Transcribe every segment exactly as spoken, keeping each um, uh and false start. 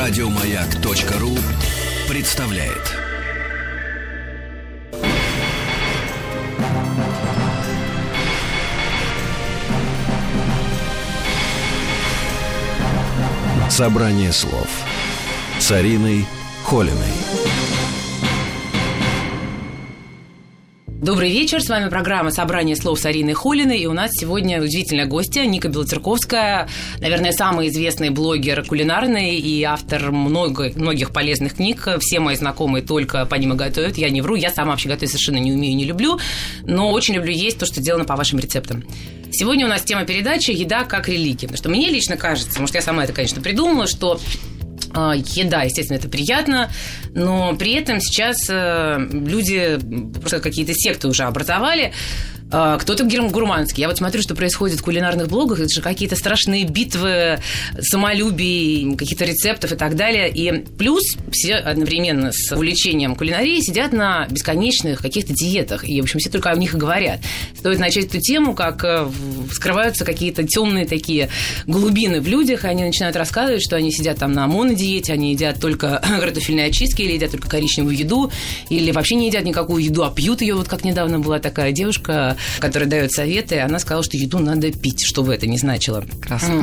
Радиомаяк.ру представляет. Собрание слов с Ариной Холиной. Добрый вечер, с вами программа «Собрание слов» с Ариной Холиной, и у нас сегодня удивительная гостья Ника Белоцерковская, наверное, самый известный блогер кулинарный и автор много, многих полезных книг. Все мои знакомые только по ним и готовят, я не вру, я сама вообще готовить совершенно не умею, не люблю, но очень люблю есть то, что сделано по вашим рецептам. Сегодня у нас тема передачи «Еда как религия», потому что мне лично кажется, может, я сама это, конечно, придумала, что еда, естественно, это приятно, но при этом сейчас люди просто какие-то секты уже образовали. Кто-то гурманский. Я вот смотрю, что происходит в кулинарных блогах. Это же какие-то страшные битвы самолюбий, каких-то рецептов и так далее. И плюс все одновременно с увлечением кулинарией сидят на бесконечных каких-то диетах. И, в общем, все только о них и говорят. Стоит начать эту тему, как вскрываются какие-то темные такие глубины в людях, и они начинают рассказывать, что они сидят там на монодиете, они едят только картофельные очистки, или едят только коричневую еду, или вообще не едят никакую еду, а пьют ее. Вот как недавно была такая девушка, которая дает советы, она сказала, что еду надо пить, что бы это ни значило. Прекрасно.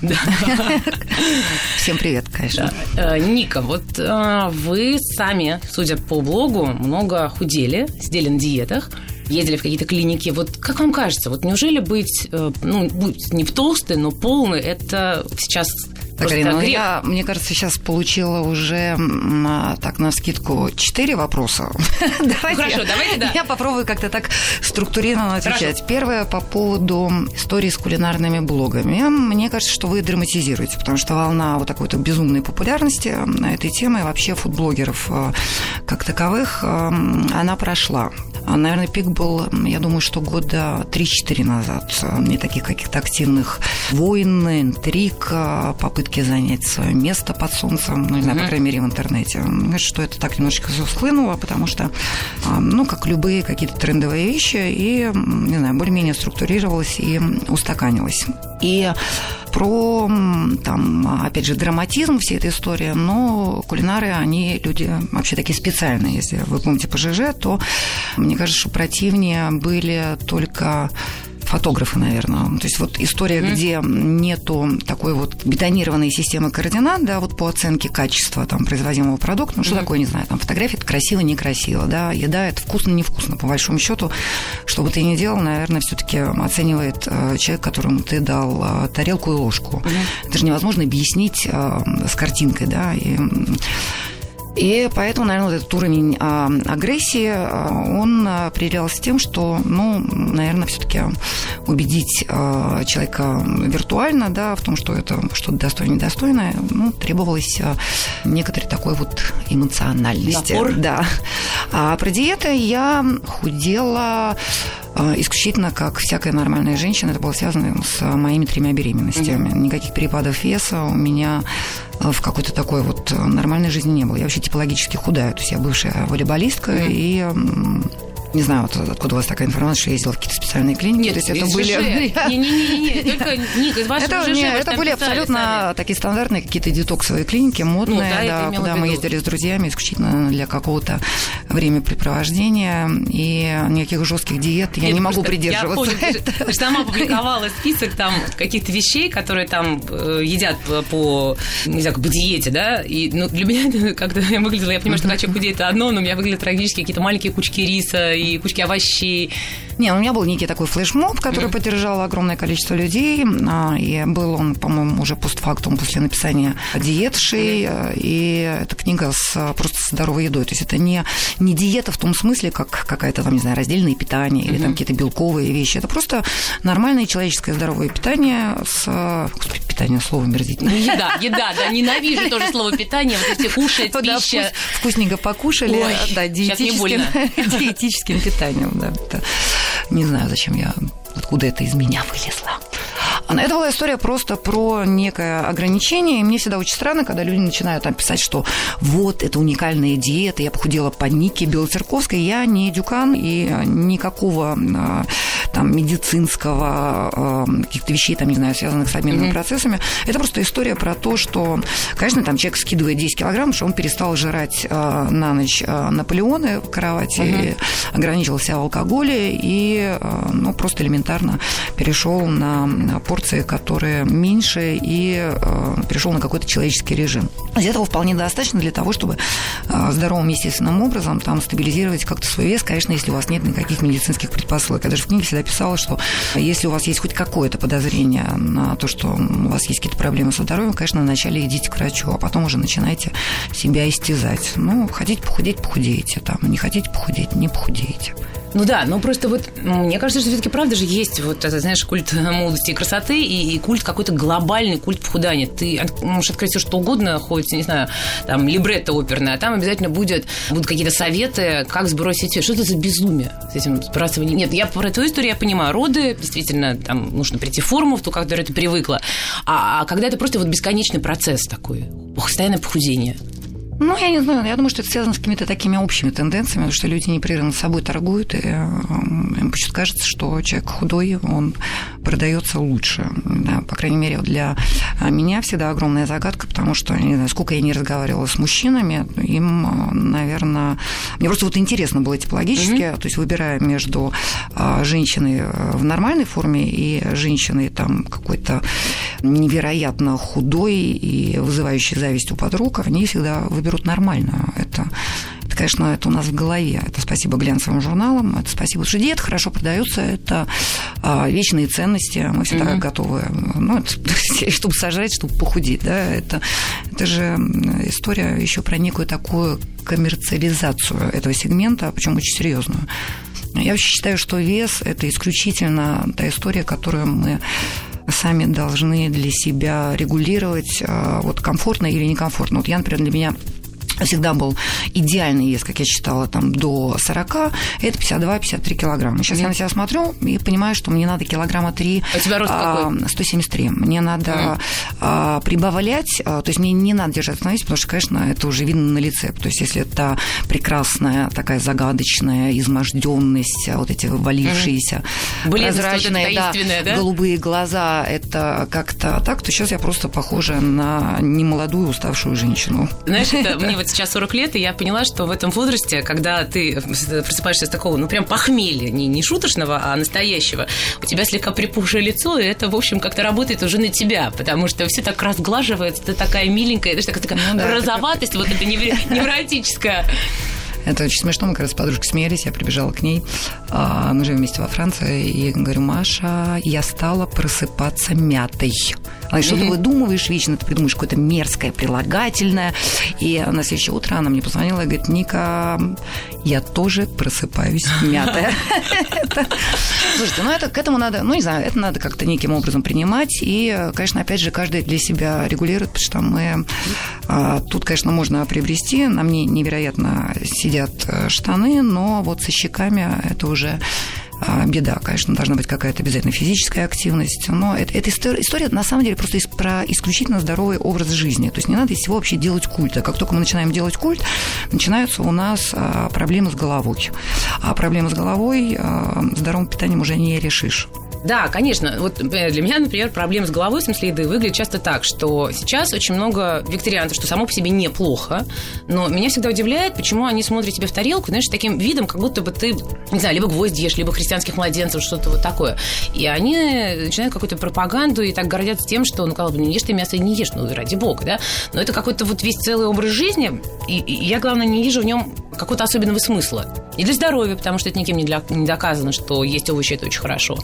Всем привет, конечно. Ника, вот вы сами, судя по блогу, много худели, сидели на диетах, ездили в какие-то клиники. Вот как вам кажется, вот неужели быть, ну, будь не в толстой, но полной, это сейчас... Так, Арина, ну я, мне кажется, сейчас получила уже так навскидку четыре вопроса. Давайте, Хорошо, давайте, да. Я попробую как-то так структурированно отвечать. Хорошо. Первое по поводу истории с кулинарными блогами. Мне кажется, что вы драматизируете, потому что волна вот такой-то безумной популярности на этой теме и вообще фудблогеров как таковых, она прошла. Наверное, пик был, я думаю, что года три-четыре назад. Не таких каких-то активных войн, интриг, попытки занять свое место под солнцем, ну, не знаю, по крайней мере, в интернете. Мне кажется, что это так немножечко все схлынуло, потому что, ну, как любые какие-то трендовые вещи, и, не знаю, более-менее структурировалось и устаканилось. И про, там, опять же, драматизм всей этой истории, но кулинары, они люди вообще такие специальные. Если вы помните по ЖЖ, то, мне кажется, что противнее были только фотографы, наверное. То есть вот история, mm-hmm. где нету такой вот бетонированной системы координат, да, вот по оценке качества там производимого продукта, ну, что mm-hmm. такое, не знаю, там фотография – это красиво, некрасиво, да, еда – это вкусно, невкусно, по большому счету, что бы ты ни делал, наверное, все-таки оценивает человек, которому ты дал тарелку и ложку. Mm-hmm. Это же невозможно объяснить с картинкой, да, и... И поэтому, наверное, вот этот уровень а, агрессии, а, он а, определялся тем, что, ну, наверное, все-таки убедить а, человека виртуально, да, в том, что это что-то достойное, недостойное, ну, требовалось а, некоторой такой вот эмоциональности. Напор. Да. А про диеты я худела исключительно как всякая нормальная женщина. Это было связано с моими тремя беременностями. Mm-hmm. Никаких перепадов веса у меня в какой-то такой вот нормальной жизни не было. Я вообще типологически худая. То есть я бывшая волейболистка, mm-hmm. и... Не знаю, вот откуда у вас такая информация, что я ездила в какие-то специальные клиники. Нет, то есть это были... Не-не-не, только, Ника, из вашего это, ЖЖ. Не, это были абсолютно сами. Такие стандартные какие-то детоксовые клиники, модные, ну, да, да, куда мы ездили с друзьями исключительно для какого-то времяпрепровождения, и никаких жестких диет я Нет, не могу придерживаться. Я помню, ты, ты сама опубликовала список там каких-то вещей, которые там едят по, не знаю, по диете, да, и ну, для меня, когда я выглядела, я понимаю, что когда человек худеет, это одно, но у меня выглядят трагически какие-то маленькие кучки риса и кучки овощей. Не, у меня был некий такой флешмоб, который mm-hmm. поддержало огромное количество людей, и был он, по-моему, уже постфактум после написания диетшей, mm-hmm. и эта книга с просто здоровой едой. То есть это не, не диета в том смысле, как какая-то там, не знаю, раздельное питание или mm-hmm. там какие-то белковые вещи. Это просто нормальное человеческое здоровое питание с... Господи, питание, слово омерзительное. Еда, еда, да, ненавижу тоже слово питание, вот эти кушать, пища. Вкусненько покушали, Ой, да, диетическим, диетическим питанием, да. Не знаю, зачем я, откуда это из меня вылезло. Это была история просто про некое ограничение, и мне всегда очень странно, когда люди начинают там писать, что вот, это уникальная диета, я похудела по Нике Белоцерковской, я не дюкан, и никакого там медицинского каких-то вещей, там, не знаю, связанных с обменными mm-hmm. процессами. Это просто история про то, что, конечно, там человек скидывает десять килограмм, что он перестал жрать на ночь Наполеоны в кровати, mm-hmm. ограничился в алкоголе и ну, просто элементарно перешел на порции, которые меньше, и перешел на какой-то человеческий режим. Из этого вполне достаточно для того, чтобы здоровым, естественным образом там стабилизировать как-то свой вес, конечно, если у вас нет никаких медицинских предпосылок. Я даже в книге всегда писала, что если у вас есть хоть какое-то подозрение на то, что у вас есть какие-то проблемы со здоровьем, конечно, вначале идите к врачу, а потом уже начинайте себя истязать. Ну, хотите похудеть, похудеете, там, не хотите похудеть, не похудеете. Ну да, но просто вот мне кажется, что все-таки правда же есть вот это, знаешь, культ молодости и красоты и, и культ какой-то глобальный культ похудания. Ты можешь открыть все что угодно, хоть, не знаю, там, либретто оперное, а там обязательно будет, будут какие-то советы, как сбросить вес. Что это за безумие с этим сбрасыванием? Нет, я про твою историю я понимаю. Роды, действительно, там нужно прийти в форму, в ту, к которой ты привыкла. А, а когда это просто вот бесконечный процесс такой, постоянное похудение. Ну, я не знаю, я думаю, что это связано с какими-то такими общими тенденциями, потому что люди непрерывно с собой торгуют, и им почему-то кажется, что человек худой, он продается лучше. Да, по крайней мере, для меня всегда огромная загадка, потому что, не знаю, сколько я не разговаривала с мужчинами, им, наверное... Мне просто вот интересно было типологически, mm-hmm. то есть выбирая между женщиной в нормальной форме и женщиной там какой-то невероятно худой и вызывающей зависть у подруг, они всегда берут нормально. Это, это, конечно, это у нас в голове. Это спасибо глянцевым журналам, это спасибо, что диета хорошо продается, это а, вечные ценности. Мы всегда mm-hmm. готовы, ну, это, чтобы сожрать, чтобы похудеть. Да? Это, это же история еще про некую такую коммерциализацию этого сегмента, причем очень серьезную. Я вообще считаю, что вес – это исключительно та история, которую мы сами должны для себя регулировать, вот комфортно или некомфортно. Вот я, например, для меня всегда был идеальный вес, как я считала, там, до сорока, это пятьдесят два - пятьдесят три килограмма. Сейчас mm-hmm. я на себя смотрю и понимаю, что мне надо килограмма три... А у тебя рост а, какой? сто семьдесят три. Мне надо mm-hmm. а, прибавлять, а, то есть мне не надо держаться на весе, потому что, конечно, это уже видно на лице. То есть если это прекрасная, такая загадочная измождённость, вот эти валившиеся, mm-hmm. прозрачные, да, да? голубые глаза, это как-то так, то сейчас я просто похожа на немолодую уставшую женщину. Знаешь, это мне вот сейчас сорок лет, и я поняла, что в этом возрасте, когда ты просыпаешься с такого, ну, прям похмелья, не, не шуточного, а настоящего, у тебя слегка припухшее лицо, и это, в общем, как-то работает уже на тебя, потому что все так разглаживается, ты такая миленькая, это такая, такая ну, да, розоватость, это... вот эта невротическая. Это очень смешно, мы как раз с подружкой смеялись, я прибежала к ней, мы живем вместе во Франции, и говорю: Маша, я стала просыпаться мятой. Она говорит: что ты выдумываешь вечно, ты придумаешь какое-то мерзкое прилагательное. И на следующее утро она мне позвонила и говорит: Ника, я тоже просыпаюсь мятая. Слушайте, ну это к этому надо, ну не знаю, это надо как-то неким образом принимать. И, конечно, опять же, каждый для себя регулирует, потому что мы тут, конечно, можно приобрести, на мне невероятно сидят штаны, но вот со щеками это уже беда, конечно, должна быть какая-то обязательно физическая активность, но это, эта история, история на самом деле просто про исключительно здоровый образ жизни, то есть не надо из всего вообще делать культ, а как только мы начинаем делать культ, начинаются у нас проблемы с головой, а проблемы с головой здоровым питанием уже не решишь. Да, конечно. Вот для меня, например, проблема с головой, в смысле еды, выглядит часто так, что сейчас очень много вегетарианцев, что само по себе неплохо, но меня всегда удивляет, почему они смотрят тебе в тарелку, знаешь, таким видом, как будто бы ты, не знаю, либо гвозди ешь, либо христианских младенцев, что-то вот такое. И они начинают какую-то пропаганду и так гордятся тем, что, ну, как бы, не ешь ты мясо и не ешь, ну, ради бога, да. Но это какой-то вот весь целый образ жизни, и, и я, главное, не вижу в нем какого-то особенного смысла. И для здоровья, потому что это никем не, для, не доказано, что есть овощи – это очень хорошо.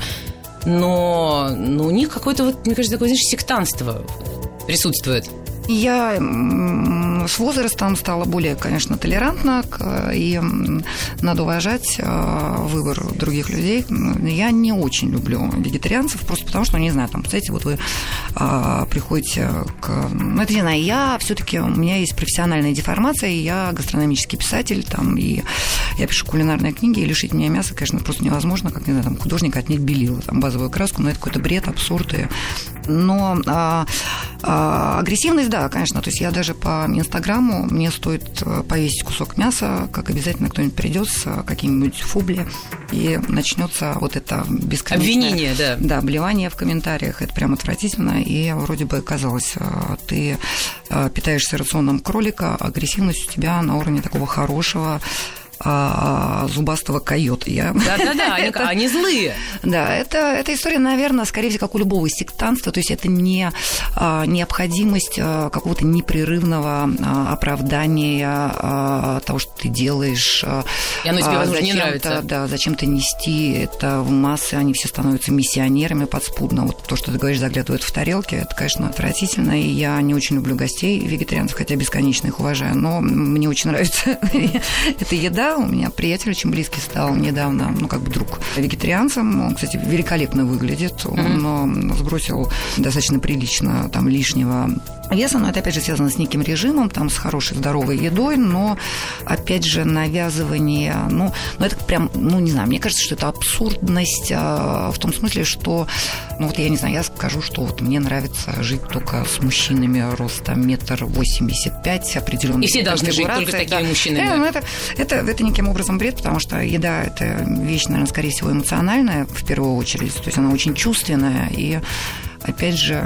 Но, но у них какое-то, вот, мне кажется, такое, знаешь, сектантство присутствует. Я с возрастом стала более, конечно, толерантна, и надо уважать выбор других людей. Я не очень люблю вегетарианцев, просто потому что, ну, не знаю, там, знаете, вот вы приходите к... Ну, это не знаю, я все-таки, у меня есть профессиональная деформация, я гастрономический писатель, там, и я пишу кулинарные книги, и лишить меня мяса, конечно, просто невозможно, как, не знаю, там, художник отнять белила, там, базовую краску, но это какой-то бред, абсурд. И... Но а, а, агрессивность, да, конечно, то есть я даже по Инстаграму, мне стоит повесить кусок мяса, как обязательно кто-нибудь придет с каким-нибудь фубли, и начнется вот это бесконечное... Обвинение, да. Да, обливание в комментариях, это прям отвратительно, и вроде бы казалось, ты питаешься рационом кролика, агрессивность у тебя на уровне такого хорошего зубастого койота. Я... Да-да-да, они, это... они злые. Да, это, это история, наверное, скорее всего, как у любого сектантства, то есть это не а, необходимость а, какого-то непрерывного а, оправдания а, того, что ты делаешь. И оно тебе, а, возможно, не нравится. Да, зачем-то нести это в массы, они все становятся миссионерами подспудно. Вот то, что ты говоришь, заглядывают в тарелки, это, конечно, отвратительно, и я не очень люблю гостей вегетарианцев, хотя бесконечно их уважаю, но мне очень нравится эта еда. У меня приятель очень близкий стал недавно, ну, как бы друг вегетарианцем. Он, кстати, великолепно выглядит. Он mm-hmm. сбросил достаточно прилично там лишнего веса, но это, опять же, связано с неким режимом, там, с хорошей здоровой едой, но, опять же, навязывание, ну, ну это прям, ну, не знаю, мне кажется, что это абсурдность а, в том смысле, что, ну, вот я не знаю, я скажу, что вот мне нравится жить только с мужчинами ростом метр восемьдесят пять, определённой. И все должны жить только с такими да. мужчинами. Да, ну, это, это, это неким образом бред, потому что еда – это вещь, наверное, скорее всего, эмоциональная, в первую очередь, то есть она очень чувственная, и опять же,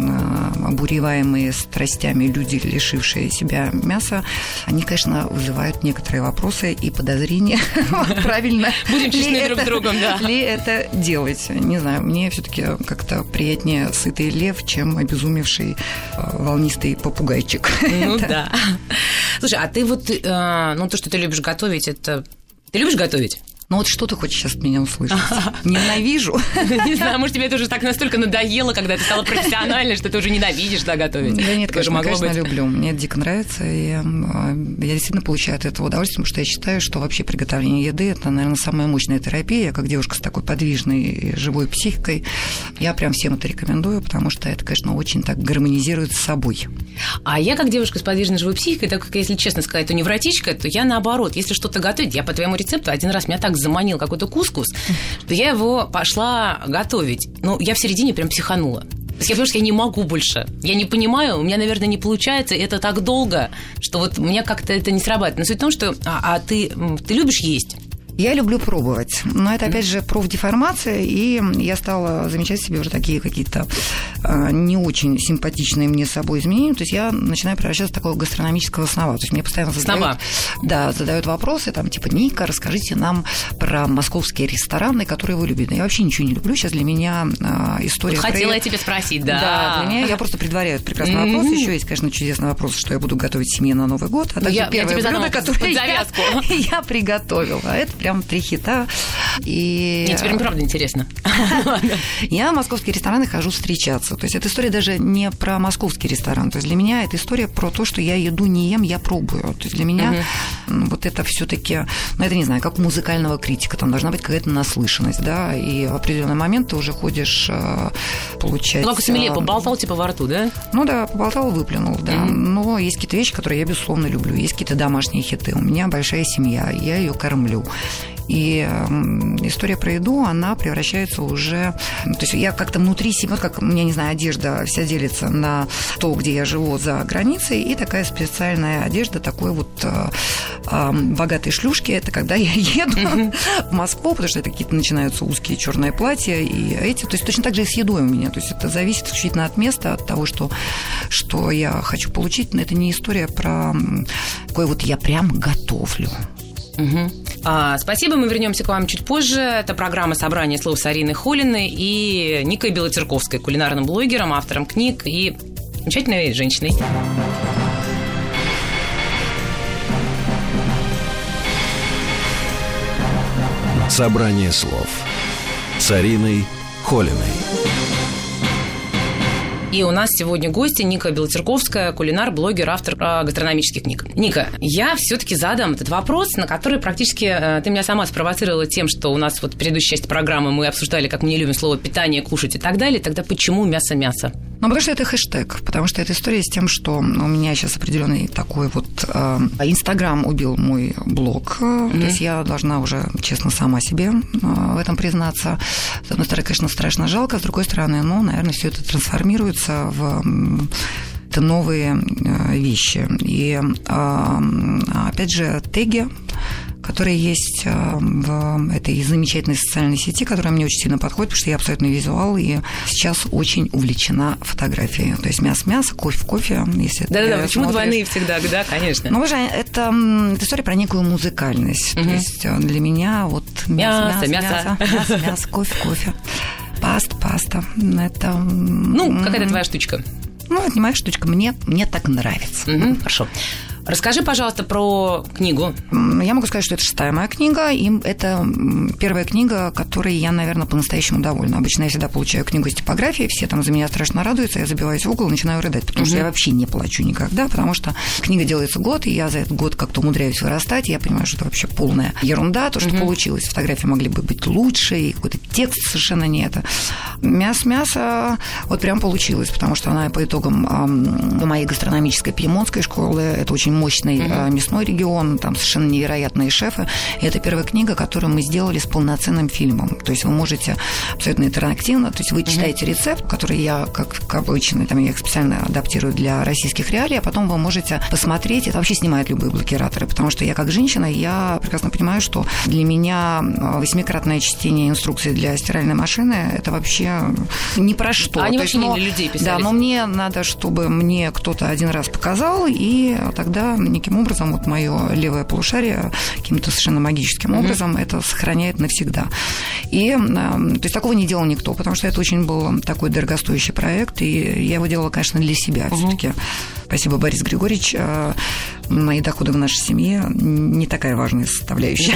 обуреваемые страстями люди, лишившие себя мяса, они, конечно, вызывают некоторые вопросы и подозрения. Правильно Будем честны друг с другом, да. Ли это делать? Не знаю, мне все-таки как-то приятнее сытый лев, чем обезумевший волнистый попугайчик. Ну да. Слушай, а ты вот, ну то, что ты любишь готовить, это... Ты любишь готовить? Ну вот что ты хочешь сейчас от меня услышать? Ненавижу? Не знаю, может, тебе это уже так настолько надоело, когда ты стала профессиональной, что ты уже ненавидишь, да, готовить? Да нет, конечно, конечно, люблю. Мне это дико нравится, и я действительно получаю от этого удовольствие, потому что я считаю, что вообще приготовление еды – это, наверное, самая мощная терапия. Я как девушка с такой подвижной и живой психикой, я прям всем это рекомендую, потому что это, конечно, очень так гармонизирует с собой. А я как девушка с подвижной живой психикой, так как, если честно сказать, то невротичка, то я наоборот, если что-то готовить, я по твоему рецепту один раз меня так заманил какой-то кускус, что я его пошла готовить. Но я в середине прям психанула. То есть я понимаю, что я не могу больше. Я не понимаю, у меня, наверное, не получается. Это так долго, что вот у меня как-то это не срабатывает. Но суть в том, что... А, а ты, ты любишь есть? Я люблю пробовать, но это, опять же, профдеформация, и я стала замечать в себе уже такие какие-то не очень симпатичные мне с собой изменения, то есть я начинаю превращаться в такого гастрономического снова, то есть мне постоянно задают, да, задают вопросы, там, типа, Ника, расскажите нам про московские рестораны, которые вы любите. Я вообще ничего не люблю, сейчас для меня история... Вот хотела про... я тебя спросить, да. Да, для меня, я просто предваряю прекрасный mm-hmm. вопрос, еще есть, конечно, чудесный вопрос, что я буду готовить семье на Новый год, а также я, первое я блюдо, которое я, я приготовила, это прям три хита. И... Мне теперь правда интересно. Я в московские рестораны хожу встречаться. То есть эта история даже не про московский ресторан. То есть для меня эта история про то, что я еду не ем, я пробую. То есть для меня uh-huh. вот это все-таки, ну это не знаю, как у музыкального критика, там должна быть какая-то наслышанность, да, и в определенный момент ты уже ходишь получать... Ну, как сомелье, поболтал типа во рту, да? Ну да, поболтал, выплюнул, да. Uh-huh. Но есть какие-то вещи, которые я, безусловно, люблю. Есть какие-то домашние хиты. У меня большая семья, я ее кормлю. И история про еду, она превращается уже... То есть я как-то внутри себя, вот как у меня, не знаю, одежда вся делится на то, где я живу за границей, и такая специальная одежда такой вот э, э, богатой шлюшки. Это когда я еду mm-hmm. в Москву, потому что это какие-то начинаются узкие черные платья, и эти... То есть точно так же и с едой у меня. То есть это зависит исключительно от места, от того, что, что я хочу получить. Но это не история про такой вот я прям готовлю. Угу. А, спасибо, мы вернемся к вам чуть позже. Это программа «Собрание слов» с Ариной Холиной и Никой Белоцерковской, кулинарным блогером, автором книг и замечательной женщиной. «Собрание слов» с Ариной Холиной. И у нас сегодня гостья Ника Белоцерковская, кулинар, блогер, автор гастрономических книг. Ника, я все-таки задам этот вопрос, на который практически ты меня сама спровоцировала тем, что у нас вот в предыдущей части программы мы обсуждали, как мы не любим слово питание, кушать и так далее. Тогда почему мясо-мясо? Ну, потому что это хэштег, потому что эта история с тем, что у меня сейчас определенный такой вот Инстаграм э, убил мой блог, mm-hmm. то есть я должна уже, честно, сама себе э, в этом признаться. С одной стороны, конечно, страшно жалко, с другой стороны, ну, наверное, все это трансформируется в это новые э, вещи. И, э, опять же, теги, которые есть в этой замечательной социальной сети, которая мне очень сильно подходит, потому что я абсолютно визуал, и сейчас очень увлечена фотографией. То есть мясо-мясо, кофе-кофе, если Да-да-да, почему смотришь. Двойные всегда, да, конечно. Ну, уже это, это история про некую музыкальность. Угу. То есть для меня вот мясо, мясо, мясо, мясо, мясо, мясо кофе-кофе, паста, паста. Это... Ну, какая-то твоя штучка. Ну, это не моя штучка, мне, мне так нравится. Угу, хорошо. Расскажи, пожалуйста, про книгу. Я могу сказать, что это шестая моя книга, и это первая книга, которой я, наверное, по-настоящему довольна. Обычно я всегда получаю книгу из типографии, все там за меня страшно радуются, я забиваюсь в угол и начинаю рыдать, потому mm-hmm. что я вообще не плачу никогда, потому что книга делается год, и я за этот год как-то умудряюсь вырастать, и я понимаю, что это вообще полная ерунда, то, что mm-hmm. получилось. Фотографии могли бы быть лучше, и какой-то текст совершенно не это. Мясо-мясо вот прям получилось, потому что она по итогам моей гастрономической пьемонтской школы, это очень мощный mm-hmm. мясной регион, там совершенно невероятные шефы. И это первая книга, которую мы сделали с полноценным фильмом. То есть вы можете абсолютно интерактивно, то есть вы читаете mm-hmm. рецепт, который я, как обычно, там я их специально адаптирую для российских реалий, а потом вы можете посмотреть, это вообще снимают любые блокираторы, потому что я как женщина, я прекрасно понимаю, что для меня восьмикратное чтение инструкций для стиральной машины это вообще не про что. Они то вообще есть, не для людей писались. Да, но мне надо, чтобы мне кто-то один раз показал, и тогда неким образом вот мое левое полушарие каким-то совершенно магическим mm-hmm. образом это сохраняет навсегда. И то есть такого не делал никто, потому что это очень был такой дорогостоящий проект, и я его делала, конечно, для себя mm-hmm. все-таки. Спасибо, Борис Григорьевич. Мои доходы в нашей семье не такая важная составляющая.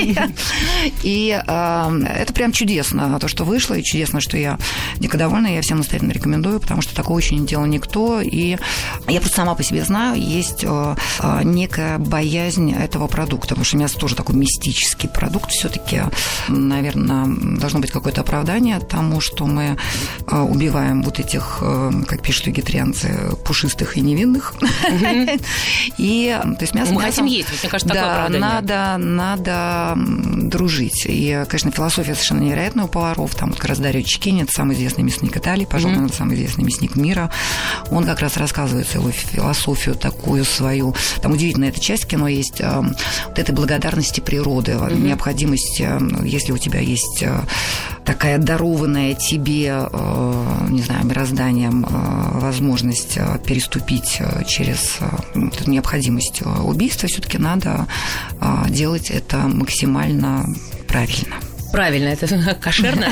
И это прям чудесно, то, что вышло, и чудесно, что я дико довольна, я всем настоятельно рекомендую, потому что такого еще не делал никто, и я просто сама по себе знаю, есть некая боязнь этого продукта, потому что мясо тоже такой мистический продукт, все-таки, наверное, должно быть какое-то оправдание тому, что мы убиваем вот этих, как пишут вегетарианцы, пушистых и невинных. Mm-hmm. И, то есть мясо, мы мясо, хотим есть, мне кажется, такое да, оправдание. надо, надо дружить. И, конечно, философия совершенно невероятная у поваров. Там вот как раз Дарио Чекини, самый известный мясник Италии, пожалуй, mm-hmm. самый известный мясник мира. Он как раз рассказывает целую философию такую свою. Там удивительная эта часть кино есть, вот этой благодарности природы, mm-hmm. необходимость, если у тебя есть такая дарованная тебе, не знаю, мирозданием возможность переступить через эту необходимость убийства, все-таки надо делать это максимально правильно. Правильно, это кошерно?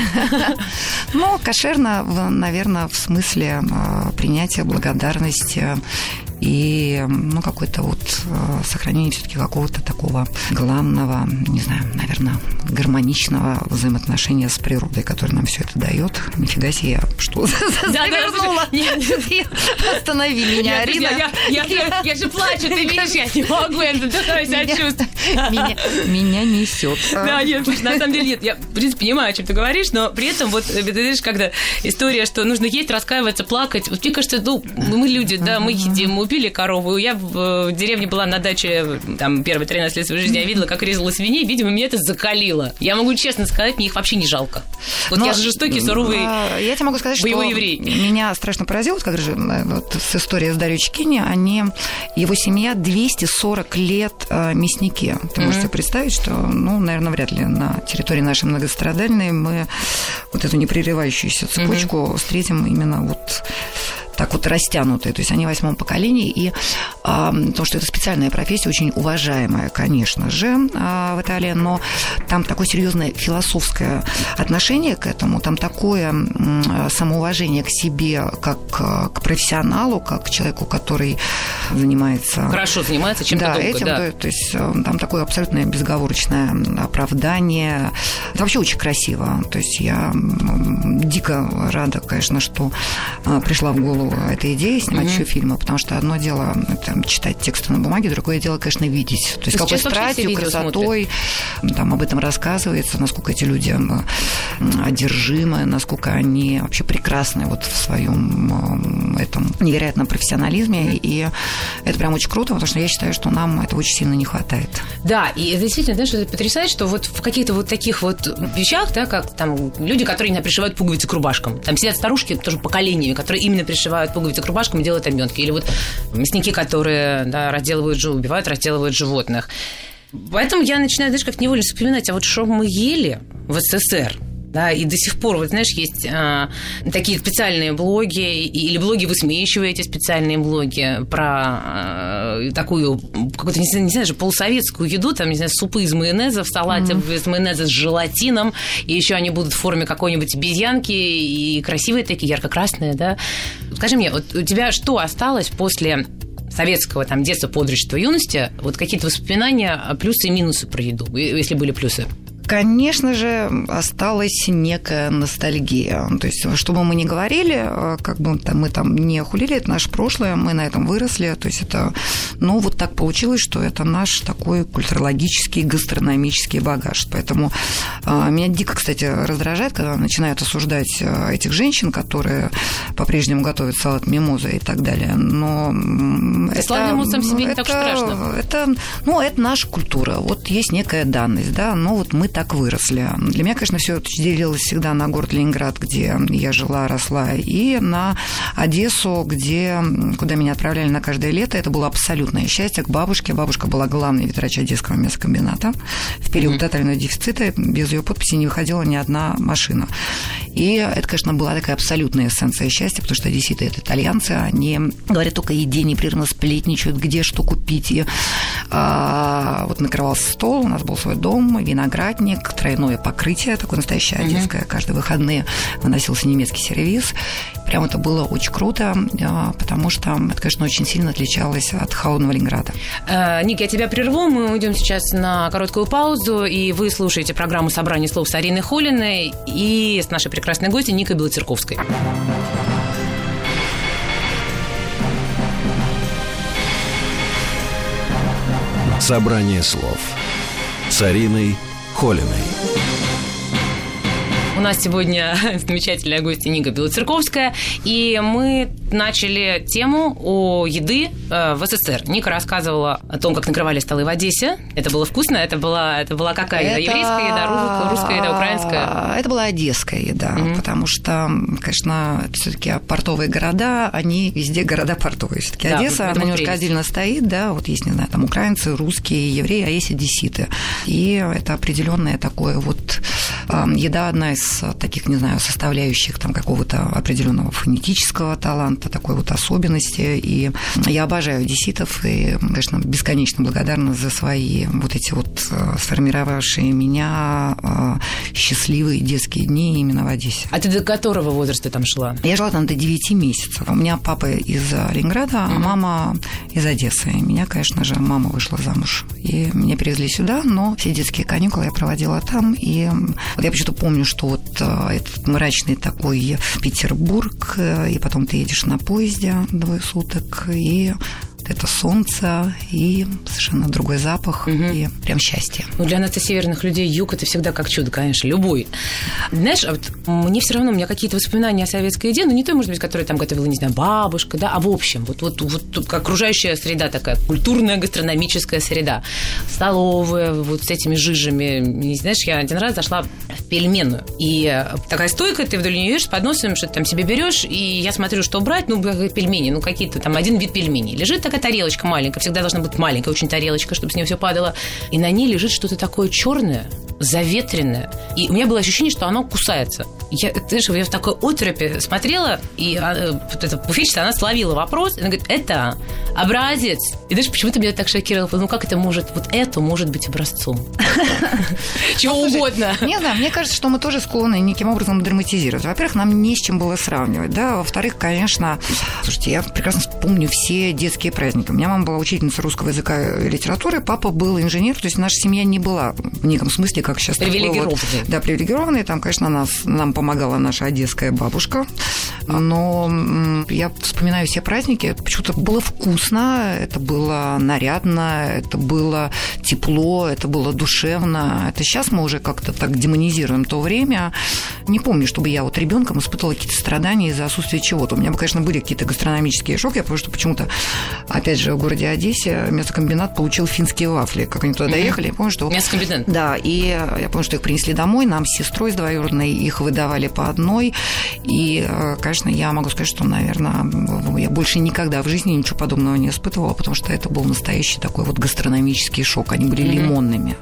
Ну, кошерно, наверное, в смысле принятия благодарности и, ну, какое-то вот сохранение все-таки какого-то такого главного, не знаю, наверное, гармоничного взаимоотношения с природой, которое нам все это дает. Нифига себе, я что завернула? Останови меня, Арина. Я же плачу, ты видишь, я не могу, я задыхаюсь от чувств. Меня несет. Да, нет, на самом деле нет. Я, в принципе, понимаю, о чем ты говоришь, но при этом вот, ты знаешь, когда история, что нужно есть, раскаиваться, плакать. Вот мне кажется, ну, мы люди, да, мы едим, мы убили корову. Я в деревне была на даче, там, первые тринадцать лет своей жизни, я видела, как резала свиней, видимо, меня это закалило. Я могу честно сказать, мне их вообще не жалко. Вот но, я же жестокий, суровый я тебе могу сказать, боевой что еврей. Меня страшно поразило, вот как же вот, с историей с Дарио Чекини, они, его семья двести сорок лет э, мясники. Ты mm-hmm. можешь себе представить, что, ну, наверное, вряд ли на территории нашей многострадальной мы вот эту непрерывающуюся цепочку mm-hmm. встретим именно вот так вот растянутые, то есть они в восьмом поколении, и потому что это специальная профессия, очень уважаемая, конечно же, в Италии, но там такое серьезное философское отношение к этому, там такое самоуважение к себе, как к профессионалу, как к человеку, который занимается... Хорошо занимается, чем-то да, долго, этим, да. То, то есть там такое абсолютно безоговорочное оправдание. Это вообще очень красиво. То есть я дико рада, конечно, что пришла в голову эта идея снимать mm-hmm. еще фильмы, потому что одно дело там, читать тексты на бумаге, другое дело, конечно, видеть. То есть какой страстью, красотой там об этом рассказывается, насколько эти люди одержимы, насколько они вообще прекрасны вот в своем этом невероятном профессионализме, и это прям очень круто, потому что я считаю, что нам этого очень сильно не хватает. Да, и действительно, знаешь, это потрясает, что вот в каких-то вот таких вот вещах, да, как там люди, которые именно пришивают пуговицы к рубашкам, там сидят старушки, тоже поколениями, которые именно пришивают пуговицы к рубашкам и делают обметки, или вот мясники, которые, да, разделывают, убивают, разделывают животных. Поэтому я начинаю, знаешь, как невольно вспоминать, а вот что мы ели в СССР, да, и до сих пор, вот знаешь, есть а, такие специальные блоги, или блоги, высмеивающие специальные блоги про а, такую, какую-то, не знаю, не знаю же, полусоветскую еду, там, не знаю, супы из майонеза в салате, mm-hmm. из майонеза с желатином, и еще они будут в форме какой-нибудь обезьянки, и красивые такие, ярко-красные, да. Скажи мне, вот у тебя что осталось после советского там детства, подрочества, юности, вот какие-то воспоминания, плюсы и минусы про еду, если были плюсы? Конечно же, осталась некая ностальгия. То есть, что бы мы ни говорили, как бы там, мы там не хулили, это наше прошлое, мы на этом выросли. То есть, это, ну, вот так получилось, что это наш такой культурологический, гастрономический багаж. Поэтому а, меня дико, кстати, раздражает, когда начинают осуждать этих женщин, которые по-прежнему готовят салат мимоза и так далее. Но это, салат мимоза себе не так уж страшно. Это, ну, это наша культура. Вот есть некая данность, да, но вот мы так выросли. Для меня, конечно, все это делилось всегда на город Ленинград, где я жила, росла, и на Одессу, где, куда меня отправляли на каждое лето. Это было абсолютное счастье к бабушке. Бабушка была главный ветврач Одесского мясокомбината. В период mm-hmm. тотального дефицита без ее подписи не выходила ни одна машина. И это, конечно, была такая абсолютная эссенция счастья, потому что одесситы – это итальянцы, они говорят только о еде, непрерывно сплетничают, где что купить. И, а, вот накрывался стол, у нас был свой дом, виноградник, тройное покрытие, такое настоящее одесское. Mm-hmm. Каждые выходные выносился немецкий сервиз. Прям это было очень круто, потому что это, конечно, очень сильно отличалось от холодного Ленинграда. Ник, я тебя прерву. Мы уйдем сейчас на короткую паузу, и вы слушаете программу «Собрание слов» с Ариной Холиной и с нашей прекрасной гостьей Никой Белоцерковской. Собрание слов с Ариной Холиной. У нас сегодня замечательная гостья Ника Белоцерковская, и мы начали тему о еды в СССР. Ника рассказывала о том, как накрывали столы в Одессе. Это было вкусно? Это была, это была какая еда? Это... Еврейская еда, русская еда, украинская? Это была одесская еда, mm-hmm. потому что, конечно, все-таки портовые города, они везде города портовые. Все-таки да, Одесса, она немножко отдельно стоит, да, вот есть, не знаю, там украинцы, русские, евреи, а есть одесситы. И это определенная такое вот еда, одна из таких, не знаю, составляющих там какого-то определенного фонетического таланта, такой вот особенности. И я обожаю одесситов и, конечно, бесконечно благодарна за свои вот эти вот сформировавшие меня счастливые детские дни именно в Одессе. А ты до которого возраста там шла? Я жила там до девяти месяцев. У меня папа из Ленинграда, mm-hmm. а мама из Одессы. И меня, конечно же, мама вышла замуж. И меня перевезли сюда, но все детские каникулы я проводила там. И вот я почему-то помню, что вот этот мрачный такой Петербург, и потом ты едешь на поезде двое суток, и это солнце и совершенно другой запах, угу. и прям счастье. Ну, для нас, северных людей, юг – это всегда как чудо, конечно, любой. Знаешь, вот мне все равно, у меня какие-то воспоминания о советской еде, ну, не той, может быть, которую там готовила, не знаю, бабушка, да, а в общем, вот, вот, вот окружающая среда такая, культурная гастрономическая среда, столовая, вот с этими жижами. И, знаешь, я один раз зашла в пельменную, и такая стойка, ты вдоль нее идешь с подносом, что-то там себе берешь, и я смотрю, что брать, ну, пельмени, ну, какие-то там один вид пельменей. Лежит такая тарелочка маленькая, всегда должна быть маленькая очень тарелочка, чтобы с нее все падало, и на ней лежит что-то такое черное, заветренное, и у меня было ощущение, что оно кусается. я, ты знаешь, я в такой оторопе смотрела, и а, вот эта буфетчица, она словила вопрос, и она говорит, это образец. И знаешь, почему-то меня так шокировало, ну как это может, вот это может быть образцом? Чего угодно. Не знаю, мне кажется, что мы тоже склонны неким образом драматизировать. Во-первых, нам не с чем было сравнивать, да, во-вторых, конечно, слушайте, я прекрасно помню все детские праздники. У меня мама была учительница русского языка и литературы, папа был инженер, то есть наша семья не была в неком смысле, как сейчас привилегированная. Вот, да, привилегированная. Там, конечно, нас, нам помогала наша одесская бабушка, но я вспоминаю все праздники, почему-то было вкусно, это было нарядно, это было тепло, это было душевно. Это сейчас мы уже как-то так демонизируем то время. Не помню, чтобы я вот ребенком испытывала какие-то страдания из-за отсутствия чего-то. У меня, конечно, были какие-то гастрономические шоки, потому что почему-то, опять же, в городе Одессе мясокомбинат получил финские вафли. Как они туда mm-hmm. доехали, я помню, что... Мясокомбинат. Да, и я помню, что их принесли домой, нам с сестрой с двоюродной их выдавали по одной. И, конечно, я могу сказать, что, наверное, я больше никогда в жизни ничего подобного не испытывала, потому что это был настоящий такой вот гастрономический шок. Они были mm-hmm. лимонными.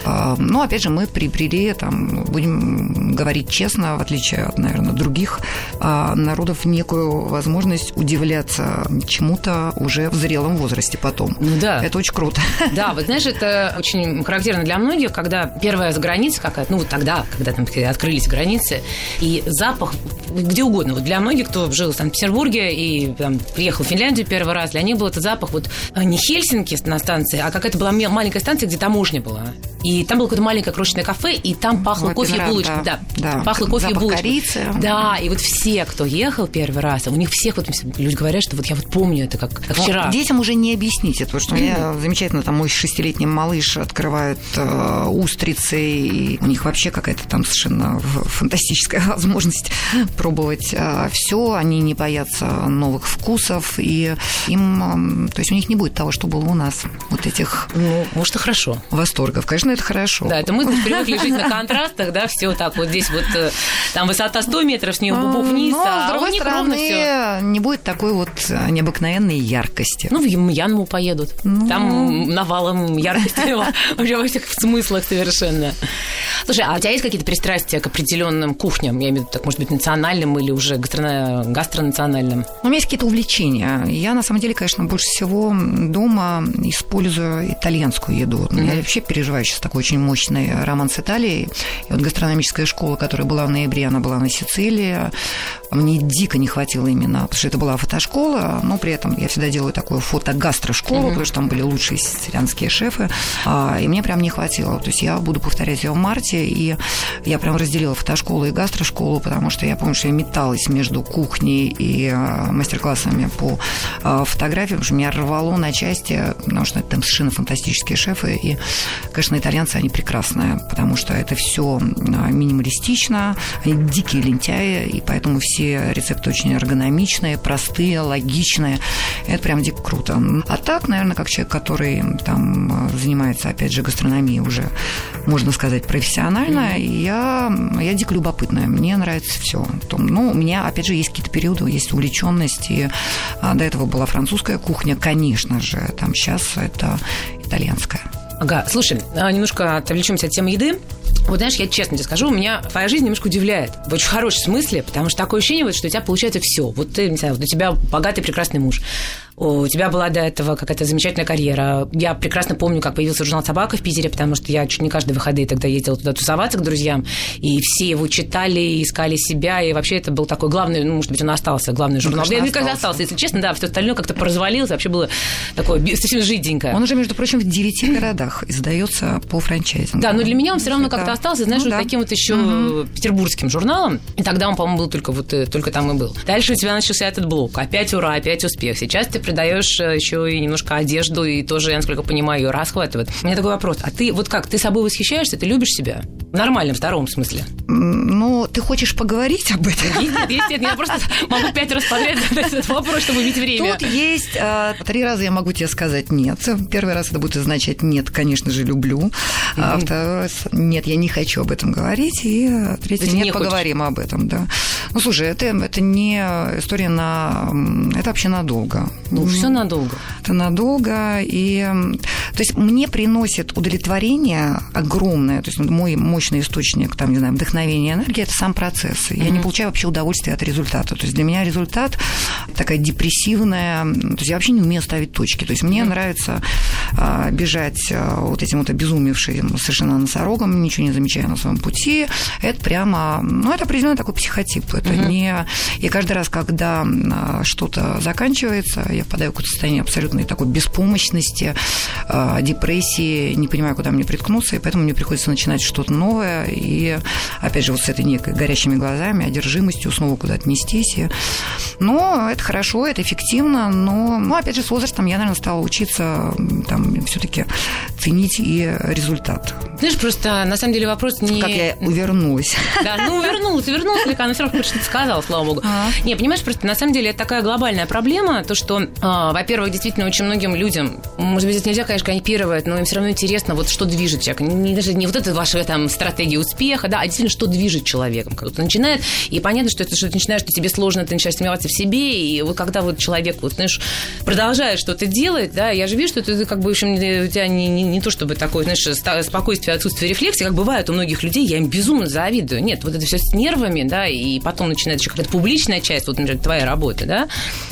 Но, опять же, мы приобрели, там, будем говорить честно, в отличие от, наверное, других народов, некую возможность удивляться чему-то уже в зрелом возрасте потом. Ну да. Это очень круто. Да, вот знаешь, это очень характерно для многих, когда первая граница какая-то, ну вот тогда, когда там открылись границы, и запах где угодно. Вот для многих, кто жил в Санкт-Петербурге и там, приехал в Финляндию первый раз, для них был этот запах вот не Хельсинки на станции, а какая-то была маленькая станция, где таможня была. И там было какое-то маленькое крошечное кафе, и там пахло вот кофе и булочкой. Да, да. Пахло кофе и булочкой. Корицы. Да, и вот все, кто ехал первый раз, у них всех вот люди говорят, что вот я вот помню это как, как вчера. Но детям уже не объяснить это, потому что mm-hmm. я замечательно, там мой шестилетний малыш открывает э, устрицы, и у них вообще какая-то там совершенно фантастическая возможность пробовать э, все, они не боятся новых вкусов, и им, э, то есть у них не будет того, что было у нас, вот этих ну, может, и хорошо. Восторгов. Конечно, это хорошо. Да, это мы привыкли жить на контрастах, да, все так вот здесь вот, там высота сто метров, с нее бубу вниз, но, а с другой у них стороны, ровно всё. Не будет такой вот необыкновенной яркости. Ну, в Янму поедут. Ну... Там навалом яркости вообще во всех смыслах совершенно. Слушай, а у тебя есть какие-то пристрастия к определенным кухням? Я имею в виду, так, может быть, национальным или уже гастро... гастронациональным? У меня есть какие-то увлечения. Я, на самом деле, конечно, больше всего дома использую итальянскую еду. Mm-hmm. Я вообще переживаю сейчас такой очень мощный роман с Италией. И вот гастрономическая школа, которая была в ноябре, она была на Сицилии. Мне дико не хватило именно, потому что это была фотошкола, но при этом я всегда делаю такую фото-гастрошколу, mm-hmm. потому что там были лучшие сицилианские шефы, и мне прям не хватило. То есть я буду повторять ее в марте, и я прям разделила фотошколу и гастрошколу, потому что я помню, что я металась между кухней и мастер-классами по фотографии, потому что меня рвало на части, потому что это там совершенно фантастические шефы, и, конечно, итальянцы, они прекрасные, потому что это все минималистично, они дикие лентяи, и поэтому все рецепты очень эргономичные, простые, логичные. Это прям дико круто. А так, наверное, как человек, который там занимается, опять же, гастрономией уже, можно сказать, профессионально, mm-hmm. я, я дико любопытная. Мне нравится все. Ну, у меня, опять же, есть какие-то периоды, есть увлеченность. И до этого была французская кухня, конечно же. Там сейчас это итальянская. Ага, слушай, немножко отвлечемся от темы еды. Вот знаешь, я честно тебе скажу, меня твоя жизнь немножко удивляет. В очень хорошем смысле, потому что такое ощущение, вот, что у тебя получается все. Вот ты, не знаю, вот у тебя богатый, прекрасный муж. У тебя была до этого какая-то замечательная карьера. Я прекрасно помню, как появился журнал «Собака» в Питере, потому что я чуть не каждые выходные тогда ездила туда тусоваться к друзьям, и все его читали, искали себя, и вообще это был такой главный, ну, может быть, он остался, главный журнал. Ну, мне кажется, остался, если честно, да, все остальное как-то поразвалилось, вообще было такое совсем жиденькое. Он уже, между прочим, в девяти городах издается по франчайзингу. Да, но для меня он все равно это... как-то остался, знаешь, ну, вот да. таким вот еще угу. петербургским журналом, и тогда он, по-моему, был только вот только там и был. Дальше у тебя начался этот блок. Опять ура, опять успех. Сейчас ты продаешь еще и немножко одежду, и тоже, я насколько понимаю, ее расхватывает. У меня такой вопрос. А ты вот как, ты собой восхищаешься, ты любишь себя? В нормальном, здоровом смысле? Ну, ты хочешь поговорить об этом? Нет, нет, нет, я просто могу пять раз подряд задать этот вопрос, чтобы иметь время. Тут есть э, три раза я могу тебе сказать нет. Первый раз это будет означать нет, конечно же, люблю. Mm-hmm. А второй раз нет, я не хочу об этом говорить. И третий нет, не поговорим хочешь. Об этом, да. Ну, слушай, это, это не история на... Это вообще надолго. Да. Ну, все надолго. Это надолго. И, то есть мне приносит удовлетворение огромное. То есть мой мощный источник, там, не знаю, вдохновения, энергии – это сам процесс. Я mm-hmm. не получаю вообще удовольствия от результата. То есть для меня результат такая депрессивная. То есть я вообще не умею ставить точки. То есть мне mm-hmm. нравится а, бежать а, вот этим вот обезумевшим совершенно носорогом, ничего не замечая на своем пути. Это прямо, ну, это определенный такой психотип. Это mm-hmm. не... И каждый раз, когда что-то заканчивается, я впадаю в какое-то состояние абсолютной такой беспомощности, депрессии, не понимаю, куда мне приткнуться, и поэтому мне приходится начинать что-то новое, и, опять же, вот с этой некой горящими глазами, одержимостью снова куда-то нестись. И... Но это хорошо, это эффективно, но, ну, опять же, с возрастом я, наверное, стала учиться там все-таки ценить и результат. Знаешь, просто, на самом деле, вопрос не... Как я увернулась. Да, ну, увернулась, увернулась, Лика, она все равно что-то сказала, слава богу. А-а-а. Не, понимаешь, просто, на самом деле, это такая глобальная проблема, то, что, а, во-первых, действительно, очень многим людям, может быть, это нельзя, конечно, копировать, но им все равно интересно, вот что движет человека. Не, даже не вот это ваша там стратегия успеха, да, а действительно, что движет человеком. Когда кто-то начинает, и понятно, что это что ты начинаешь, что тебе сложно, ты начинаешь сомневаться в себе, и вот когда вот человек, вот, знаешь, продолжает что-то делать, да, я же вижу, что ты, как бы, в общем, у тебя не, не, не то, чтобы такое, знаешь, спокойствие, отсутствие рефлексии, как бывает у многих людей, я им безумно завидую. Нет, вот это все с нервами, да, и потом начинается еще какая-то публичная часть, вот, например, твоя работа, да,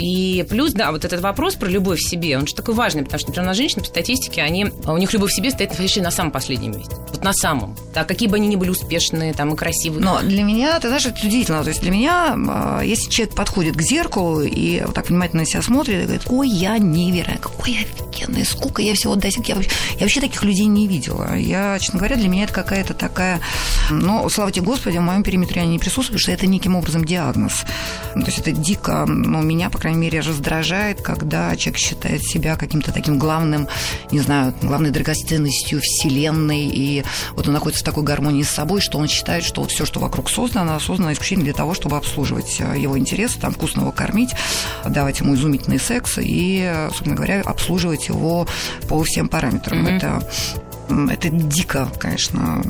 и плюс, да, вот этот вопрос про любовь к себе, он же такой важный, потому что, например, у нас женщины по статистике, они, у них любовь к себе стоит вообще на самом последнем месте, вот на самом, да, какие бы они ни были успешные, там, и красивые. Но для меня, ты знаешь, это удивительно, то есть для меня, если человек подходит к зеркалу и вот так внимательно на себя смотрит и говорит, ой, я невероятный, какой я офигенный, сколько я всего достиг, я вообще, я вообще таких людей не видела. Я, честно говоря, для меня это какая-то такая, ну, слава тебе Господи, в моем периметре они не присутствуют, что это неким образом диагноз. То есть это дико, ну, меня, по крайней мере, раздражает, когда человек считает себя каким-то таким главным, не знаю, главной драгоценностью Вселенной, и вот он находится в такой гармонии с собой, что он считает, что вот все, что вокруг создано, создано исключительно для того, чтобы обслуживать его интересы, там, вкусно его кормить, давать ему изумительный секс и, собственно говоря, обслуживать его по всем параметрам. Mm-hmm. Это Это дико, конечно,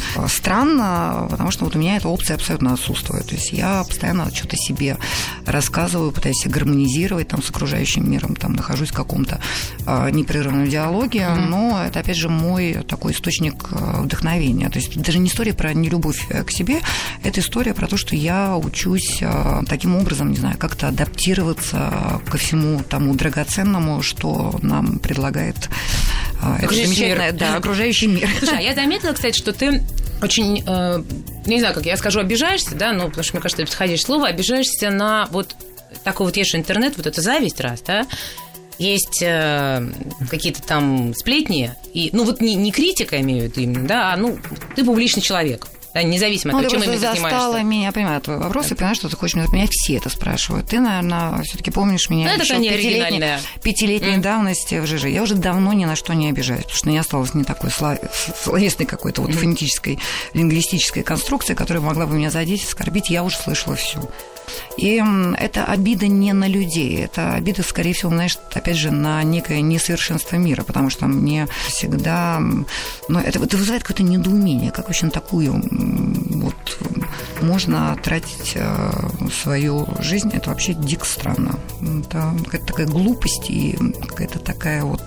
странно, потому что вот у меня эта опция абсолютно отсутствует. То есть я постоянно что-то себе рассказываю, пытаюсь себя гармонизировать там, с окружающим миром, там, нахожусь в каком-то а, непрерывном диалоге, mm-hmm. но это, опять же, мой такой источник вдохновения. То есть даже не история про нелюбовь к себе, это история про то, что я учусь а, таким образом, не знаю, как-то адаптироваться ко всему тому драгоценному, что нам предлагает а, это замечательное, да, окружающий мир. Слушай, а я заметила, кстати, что ты очень, э, не знаю, как я скажу, обижаешься, да, ну, потому что, мне кажется, это подходящее слово, обижаешься на вот такой вот, есть же интернет, вот это зависть раз, да, есть э, какие-то там сплетни, и, ну, вот не, не критика, имею в виду именно, да, а, ну, ты публичный человек. Да, независимо от ну, того, чем именно ты занимаешься. Застала меня, я понимаю твой вопрос, и понимаю, что ты хочешь меня, меня все это спрашивают. Ты, наверное, все-таки помнишь меня ну, еще пятилетней, пятилетней mm. давности в ЖЖ. Я уже давно ни на что не обижаюсь, потому что не осталось ни такой слов... словесной какой-то вот mm. фонетической, лингвистической конструкции, которая могла бы меня задеть, оскорбить. Я уже слышала все. И это обида не на людей, это обида, скорее всего, знаешь, опять же, на некое несовершенство мира, потому что мне всегда... Ну, это, это вызывает какое-то недоумение, как вообще на такую вот можно тратить свою жизнь, это вообще дико странно. Это какая-то такая глупость и какая-то такая вот...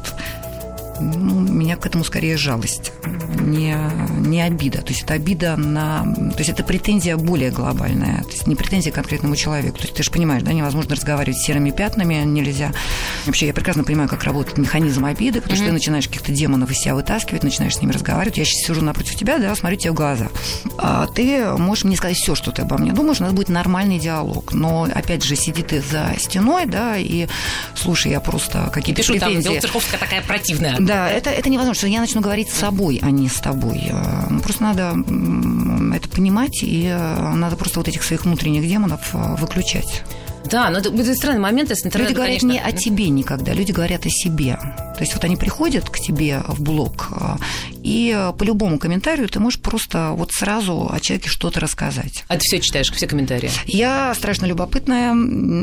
Ну, у меня к этому скорее жалость, не, не обида. То есть это обида на... То есть это претензия более глобальная, то есть не претензия к конкретному человеку. То есть ты же понимаешь, да, невозможно разговаривать с серыми пятнами, нельзя. Вообще я прекрасно понимаю, как работает механизм обиды, потому mm-hmm. что ты начинаешь каких-то демонов из себя вытаскивать, начинаешь с ними разговаривать. Я сейчас сижу напротив тебя, да, смотрю тебе в глаза. А ты можешь мне сказать все, что ты обо мне думаешь, у нас будет нормальный диалог. Но, опять же, сиди ты за стеной, да, и слушай, я просто какие-то пишу, претензии... там, Белоцерковская такая противная. Да, это, это невозможно, что я начну говорить с собой, а не с тобой. Просто надо это понимать, и надо просто вот этих своих внутренних демонов выключать. Да, но это, это странный момент с интернетом, люди говорят конечно. Не о тебе никогда, люди говорят о себе. То есть вот они приходят к тебе в блог, и по любому комментарию ты можешь просто вот сразу о человеке что-то рассказать. А ты все читаешь, все комментарии? Я страшно любопытная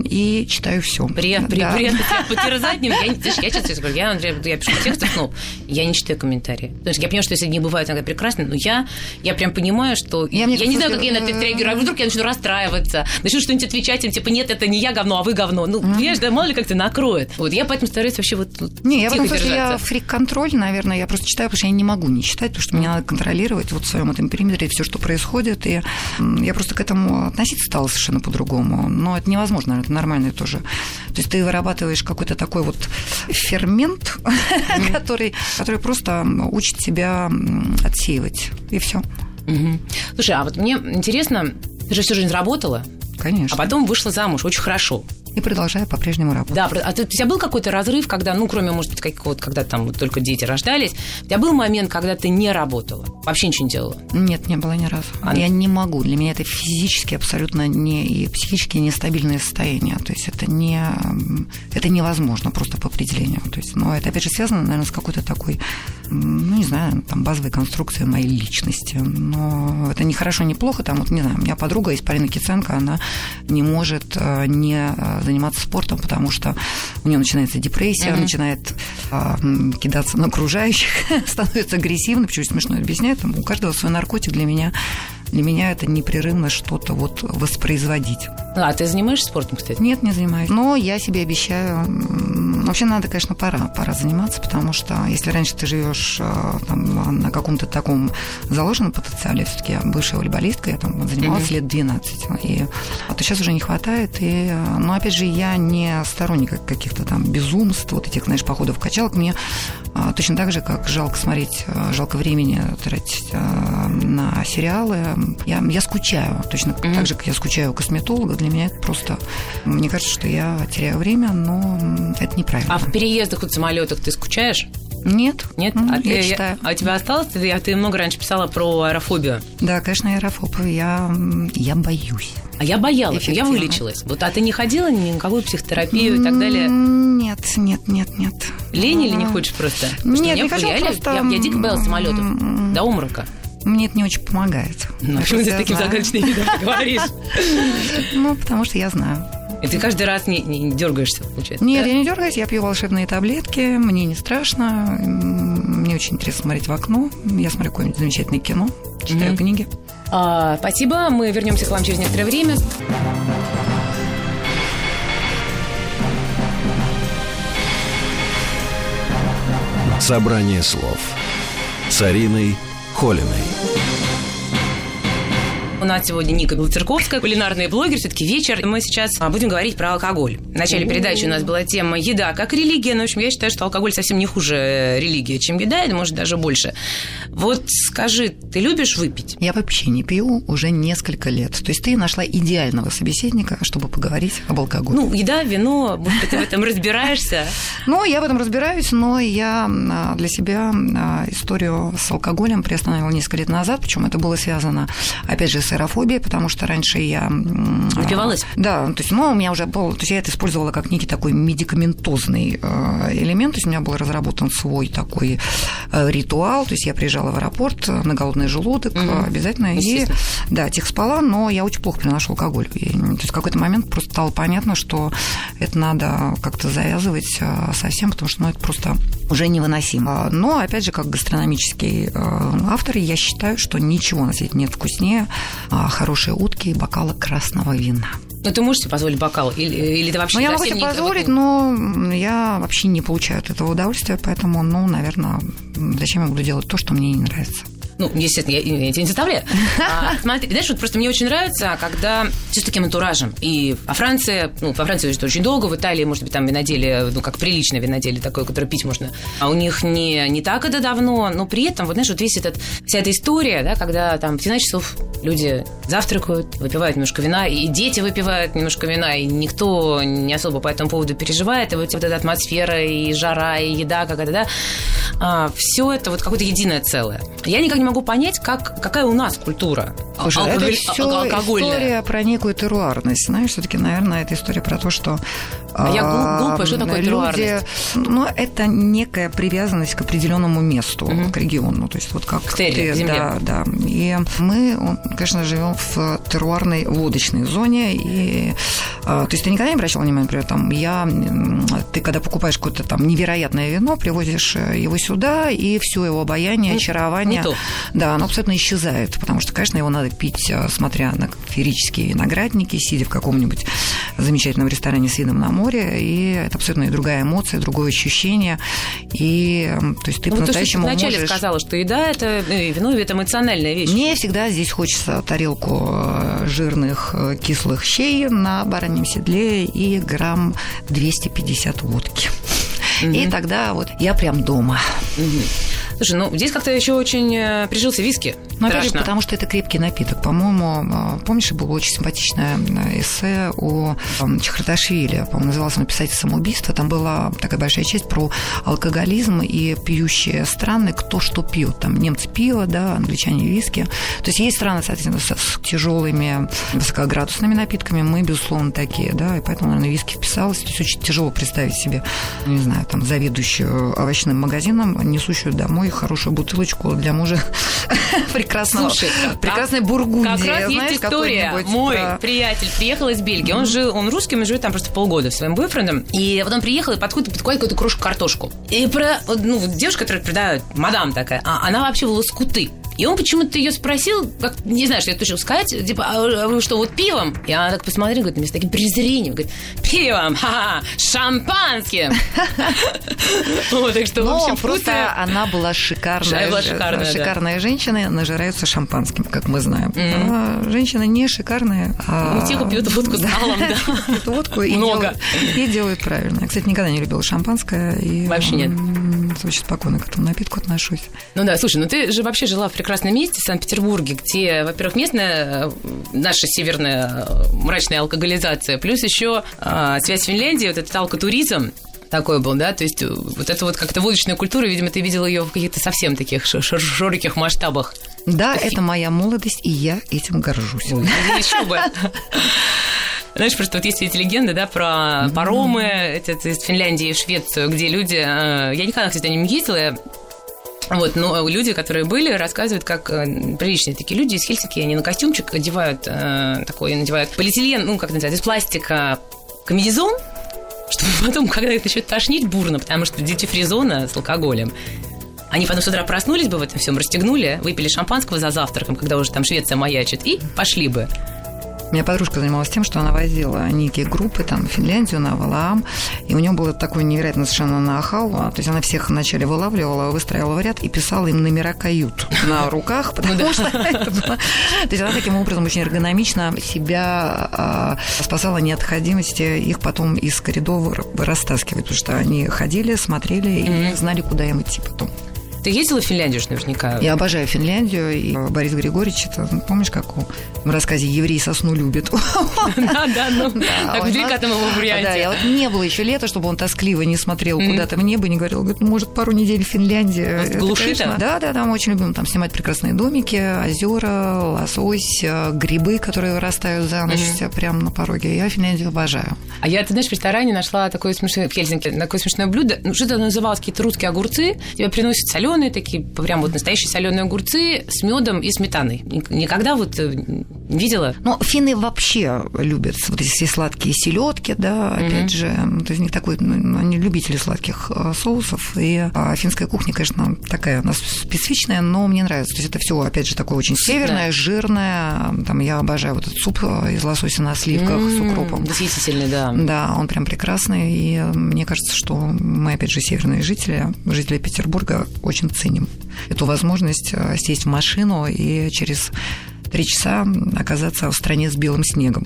и читаю все. Приятно, да. Приятно тебя потерзать. Я, я, я сейчас говорю, я, я пишу тексты, но я не читаю комментарии. То есть я понимаю, что если они бывают иногда прекрасны, но я, я прям понимаю, что я, я не знаю, как я на это реагирую. А вдруг я начну расстраиваться, начну что-нибудь отвечать, типа, нет, это не я говно, а вы говно. Ну, понимаешь, да, мало ли как-то накроет. Вот я поэтому стараюсь вообще вот не, я в этом смысле я фрик-контроль, наверное, я просто читаю, потому что я не могу не читать, потому что мне надо контролировать вот в своем этом периметре все, что происходит, и я просто к этому относиться стала совершенно по-другому. Но это невозможно, это нормально тоже. То есть ты вырабатываешь какой-то такой вот фермент, mm-hmm. который, который просто учит тебя отсеивать, и все. Mm-hmm. Слушай, а вот мне интересно, ты же всю жизнь работала? Конечно. А потом вышла замуж, очень хорошо. И продолжаю по-прежнему работать. Да, а ты, у тебя был какой-то разрыв, когда, ну, кроме, может быть, какого-то, когда там вот только дети рождались, у тебя был момент, когда ты не работала, вообще ничего не делала? Нет, не было ни разу. А... Я не могу. Для меня это физически абсолютно не и психически нестабильное состояние. То есть это не это невозможно просто по определению. То есть, но это опять же связано, наверное, с какой-то такой, ну, не знаю, там базовой конструкцией моей личности. Но это не хорошо, не плохо. Там, вот, не знаю, у меня подруга есть, Полина Киценко, она не может не заниматься спортом, потому что у нее начинается депрессия, mm-hmm. начинает а, кидаться на окружающих, становится агрессивной, почему смешно объясняю, там, у каждого свой наркотик. Для меня Для меня это непрерывно что-то вот воспроизводить. А ты занимаешься спортом, кстати? Нет, не занимаюсь. Но я себе обещаю... Вообще надо, конечно, пора, пора заниматься, потому что если раньше ты живешь там, на каком-то таком заложенном потенциале, все-таки я бывшая волейболистка, я там занималась mm-hmm. лет двенадцать, и а то сейчас уже не хватает. И, но, опять же, я не сторонник каких-то там безумств, вот этих, знаешь, походов в качалок. Мне точно так же, как жалко смотреть, жалко времени тратить на сериалы. Я, я скучаю, точно mm-hmm. так же, как я скучаю у косметолога. Для меня это просто... Мне кажется, что я теряю время, но это неправильно. А в переездах, в самолетах ты скучаешь? Нет. Нет? Mm, а, я ты, читаю. А у тебя осталось? Ты, ты много раньше писала про аэрофобию. Да, конечно, аэрофоб. Я, я боюсь. А я боялась, я вылечилась. Вот, а ты не ходила ни на какую психотерапию и так далее? Нет, нет, нет, нет. Лень или не хочешь просто? Нет, не хочу, я, просто... Я, я дико боялась самолетов. До умрока. Мне это не очень помогает. Ну, почему ты таким загадочным видом говоришь? Ну, потому что я знаю. И ты каждый раз не, не дергаешься, получается? Нет, да? я не дергаюсь, я пью волшебные таблетки, мне не страшно, мне очень интересно смотреть в окно, я смотрю какое-нибудь замечательное кино, читаю mm-hmm. книги. А, спасибо, мы вернемся к вам через некоторое время. Собрание слов с Ариной Холиной. У нас сегодня Ника Белоцерковская, кулинарный блогер, все-таки вечер. Мы сейчас будем говорить про алкоголь. В начале передачи у нас была тема «Еда как религия». Но, в общем, я считаю, что алкоголь совсем не хуже религии, чем еда, или, может, даже больше. Вот скажи, ты любишь выпить? Я вообще не пью уже несколько лет. То есть ты нашла идеального собеседника, чтобы поговорить об алкоголе. Ну, еда, вино, может быть, ты в этом разбираешься? Ну, я в этом разбираюсь, но я для себя историю с алкоголем приостановила несколько лет назад, причем это было связано, опять же, с аэрофобией, потому что раньше я... Напивалась? Да, то есть, ну, у меня уже был... То есть я это использовала как некий такой медикаментозный элемент, то есть у меня был разработан свой такой ритуал, то есть я приезжала в аэропорт на голодный желудок mm-hmm. обязательно, и, да, тех спала, но я очень плохо переношу алкоголь. И, то есть в какой-то момент просто стало понятно, что это надо как-то завязывать совсем, потому что, ну, это просто уже невыносимо. Но, опять же, как гастрономический автор, я считаю, что ничего на свете нет вкуснее хорошие утки и бокала красного вина. Ну, ты можешь себе позволить бокал? Или, или ты вообще... Ну, я могу себе позволить, но я вообще не получаю от этого удовольствия, поэтому, ну, наверное, зачем я буду делать то, что мне не нравится? Ну, естественно, я, я тебя не заставляю. А, смотри, знаешь, вот просто мне очень нравится, когда все с таким антуражем. И во Франции, ну, во Франции это очень долго, в Италии, может быть, там виноделие, ну, как приличное виноделие такое, которое пить можно. А у них не, не так это давно, но при этом, вот знаешь, вот весь этот, вся эта история, да, когда там в двенадцать часов люди завтракают, выпивают немножко вина, и дети выпивают немножко вина, и никто не особо по этому поводу переживает, и вот, вот эта атмосфера, и жара, и еда какая-то, да, а, все это вот какое-то единое целое. Я никак не могу могу понять, как, какая у нас культура. Слушай, алкоголь, это всё алкогольная. История про некую теруарность. Знаешь, все-таки, наверное, это история про то, что... А я глупая, что такое теруарность? Ну, это некая привязанность к определенному месту, угу. к региону. То есть вот как к терри, ты, земле. Да, да. И мы, конечно, живем в теруарной водочной зоне. И, то есть ты никогда не обращал внимания, например, там, я, ты когда покупаешь какое-то там невероятное вино, привозишь его сюда, и все его обаяние, очарование, да, оно абсолютно исчезает, потому что, конечно, его надо пить, смотря на феерические виноградники, сидя в каком-нибудь замечательном ресторане с видом на море, и это абсолютно другая эмоция, другое ощущение, и то есть ты ну, по-настоящему можешь... Ты вначале можешь... сказала, что еда, это вино, это эмоциональная вещь. Мне всегда здесь хочется тарелку жирных кислых щей на бараньем седле и грамм двести пятьдесят водки. Mm-hmm. И тогда вот я прям дома. Mm-hmm. Слушай, ну здесь как-то еще очень прижился виски. Ну, опять же, потому что это крепкий напиток. По-моему, помнишь, было очень симпатичное эссе о Чхарташвили, по-моему, называлось оно «Писатель самоубийства». Там была такая большая часть про алкоголизм и пьющие страны, кто что пьет. Там немцы пиво, да, англичане виски. То есть есть страны, соответственно, с тяжелыми высокоградусными напитками. Мы, безусловно, такие, да, и поэтому, наверное, виски вписалось. То есть очень тяжело представить себе, не знаю, там, заведующую овощным магазином, несущую домой хорошую бутылочку для мужа прекрасного, Слушай, прекрасной как, Бургундии. Как раз знаешь, есть история. Мой про... приятель приехал из Бельгии. Mm-hmm. Он жил, он русский, он живет там просто полгода со своим бойфрендом. И вот он приехал и подкупает какую-то крошку картошку. И про, ну, девушка, которая продает, мадам такая, а она вообще в лоскуты. И он почему-то ее спросил, как, не знаю, что я точно сказать, типа, а вы что, вот пивом? И она так посмотрела, говорит, на меня с таким презрением, говорит, пивом, ха-ха, шампанским. Так что, в общем, просто она была шикарная. Шикарная женщина, нажираются шампанским, как мы знаем. Женщина не шикарная, а... Тихо пьют водку с салом, да. Пьют водку и делают правильно. Я, кстати, никогда не любила шампанское. Вообще нет. Очень спокойно к этому напитку отношусь. Ну да, слушай, ну ты же вообще жила в прекрасном месте, в Санкт-Петербурге, где, во-первых, местная наша северная мрачная алкоголизация, плюс еще а, связь с Финляндией, вот этот алкотуризм такой был, да, то есть вот эта вот как-то водочная культура, видимо, ты видела ее в каких-то совсем таких широких масштабах. Да, это моя молодость, и я этим горжусь. Еще бы. Знаешь, просто вот есть эти легенды, да, про паромы это, это из Финляндии в Швецию, где люди... Я никогда, кстати, на ним ездила, вот, но люди, которые были, рассказывают, как приличные такие люди из Хельсинки, они на костюмчик одевают такой, надевают полиэтилен, ну, как называется, из пластика комбинезон, чтобы потом, когда их начнет тошнить бурно, потому что дьюти-фри-зона с алкоголем. Они потом с утра проснулись бы в этом всем, расстегнули, выпили шампанского за завтраком, когда уже там Швеция маячит, и пошли бы. У меня подружка занималась тем, что она возила некие группы там, в Финляндию, на Валаам, и у нее было такое невероятно совершенно ноу-хау. То есть она всех вначале вылавливала, выстраивала в ряд и писала им номера кают на руках, потому что это было... То есть она таким образом очень эргономично себя спасала необходимости их потом из коридора растаскивать, потому что они ходили, смотрели и знали, куда им идти потом. Ты ездила в Финляндию же наверняка? Я обожаю Финляндию. И Борис Григорьевич, это, помнишь, как в рассказе «Еврей сосну любит». Да, да, ну, так в деликатном его варианте. Да, я вот не было еще лета, чтобы он тоскливо не смотрел куда-то в небо и не говорил, говорит, может, пару недель в Финляндии. Глуши-то? Да, да, да, мы очень любим там снимать прекрасные домики, озера, лосось, грибы, которые вырастают за ночь прямо на пороге. Я Финляндию обожаю. А я, ты знаешь, в ресторане нашла такое смешное, в Хельсинки, такое смешное блюдо. Ну, что-то называлось, какие-то русские огурцы. Тебе приносят соленые такие, прям вот настоящие соленые огурцы с медом и сметаной. Никогда вот видела? Ну, финны вообще любят вот эти все сладкие селедки, да, опять mm-hmm. же. То есть у них такой, ну, они любители сладких соусов. И а, финская кухня, конечно, такая у нас специфичная, но мне нравится. То есть это все, опять же, такое очень северное, да. жирное. Там я обожаю вот этот суп из лосося на сливках mm-hmm. с укропом. Восхитительный, да. Да, он прям прекрасный. И мне кажется, что мы, опять же, северные жители, жители Петербурга, очень ценим эту возможность сесть в машину и через три часа оказаться в стране с белым снегом.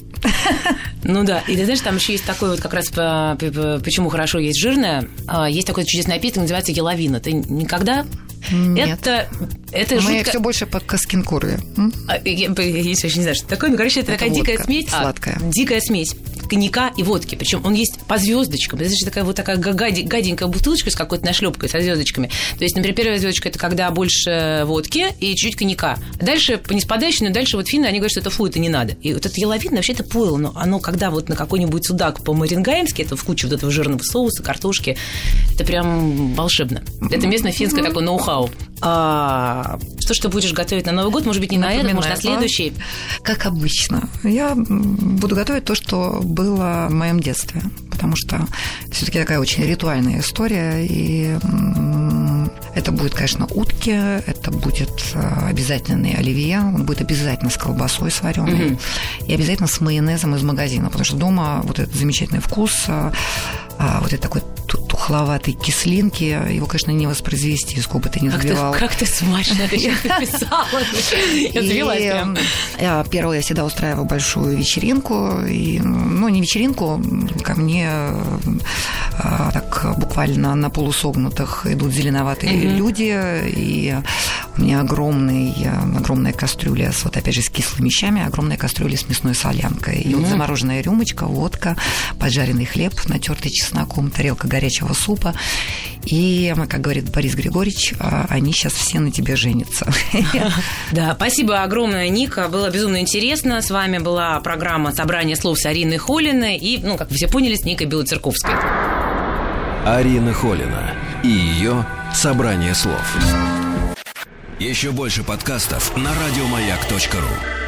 Ну да, и ты знаешь, там еще есть такой вот как раз, почему хорошо есть жирное, есть такой чудесный напиток, называется яловина. Ты никогда... Нет. Это, это Мы жутко... все больше по каскинкуре. Я, я, я еще не знаю, что это такое, но, короче, это, это такая водка, дикая смесь. Сладкая. А, дикая смесь, коньяка и водки. Причем он есть по звездочкам. Это же такая вот такая гаденькая бутылочка с какой-то нашлепкой, со звездочками. То есть, например, первая звездочка – это когда больше водки и чуть-чуть коньяка. Дальше по неспадающей, но дальше вот финны, они говорят, что это фу, это не надо. И вот это яловидное вообще это пойло, но оно когда вот на какой-нибудь судак по-марингаймски, это в кучу вот этого жирного соуса, картошки, это прям волшебно. Это местное финское такое ноу-хау. А, что ж ты будешь готовить на Новый год? Может быть, не на этот, может, на следующий? Как обычно. Я буду готовить то, что было в моем детстве, потому что все-таки такая очень ритуальная история, и это будет, конечно, утки, это будет обязательно оливье, он будет обязательно с колбасой с вареной, mm-hmm. и обязательно с майонезом из магазина, потому что дома вот этот замечательный вкус, вот это такой тухловатой кислинки, его, конечно, не воспроизвести, сколько бы ты ни забивал. Как ты смачно это сейчас написала. Я взвелась прям. Первое, я всегда устраиваю большую вечеринку, и, ну, не вечеринку, ко мне так буквально на полусогнутых идут зеленоватые mm-hmm. люди, и у меня огромный, огромная кастрюля с, вот опять же, с кислыми щами, огромная кастрюля с мясной солянкой, и mm-hmm. вот замороженная рюмочка, водка, поджаренный хлеб, натертый чесноком, тарелка горячего супа. И, как говорит Борис Григорьевич, они сейчас все на тебе женятся. Да, спасибо огромное, Ника. Было безумно интересно. С вами была программа «Собрание слов» с Ариной Холиной и, ну, как вы все поняли, с Никой Белоцерковской. Арина Холина и ее «Собрание слов». Еще больше подкастов на радиомаяк точка ру.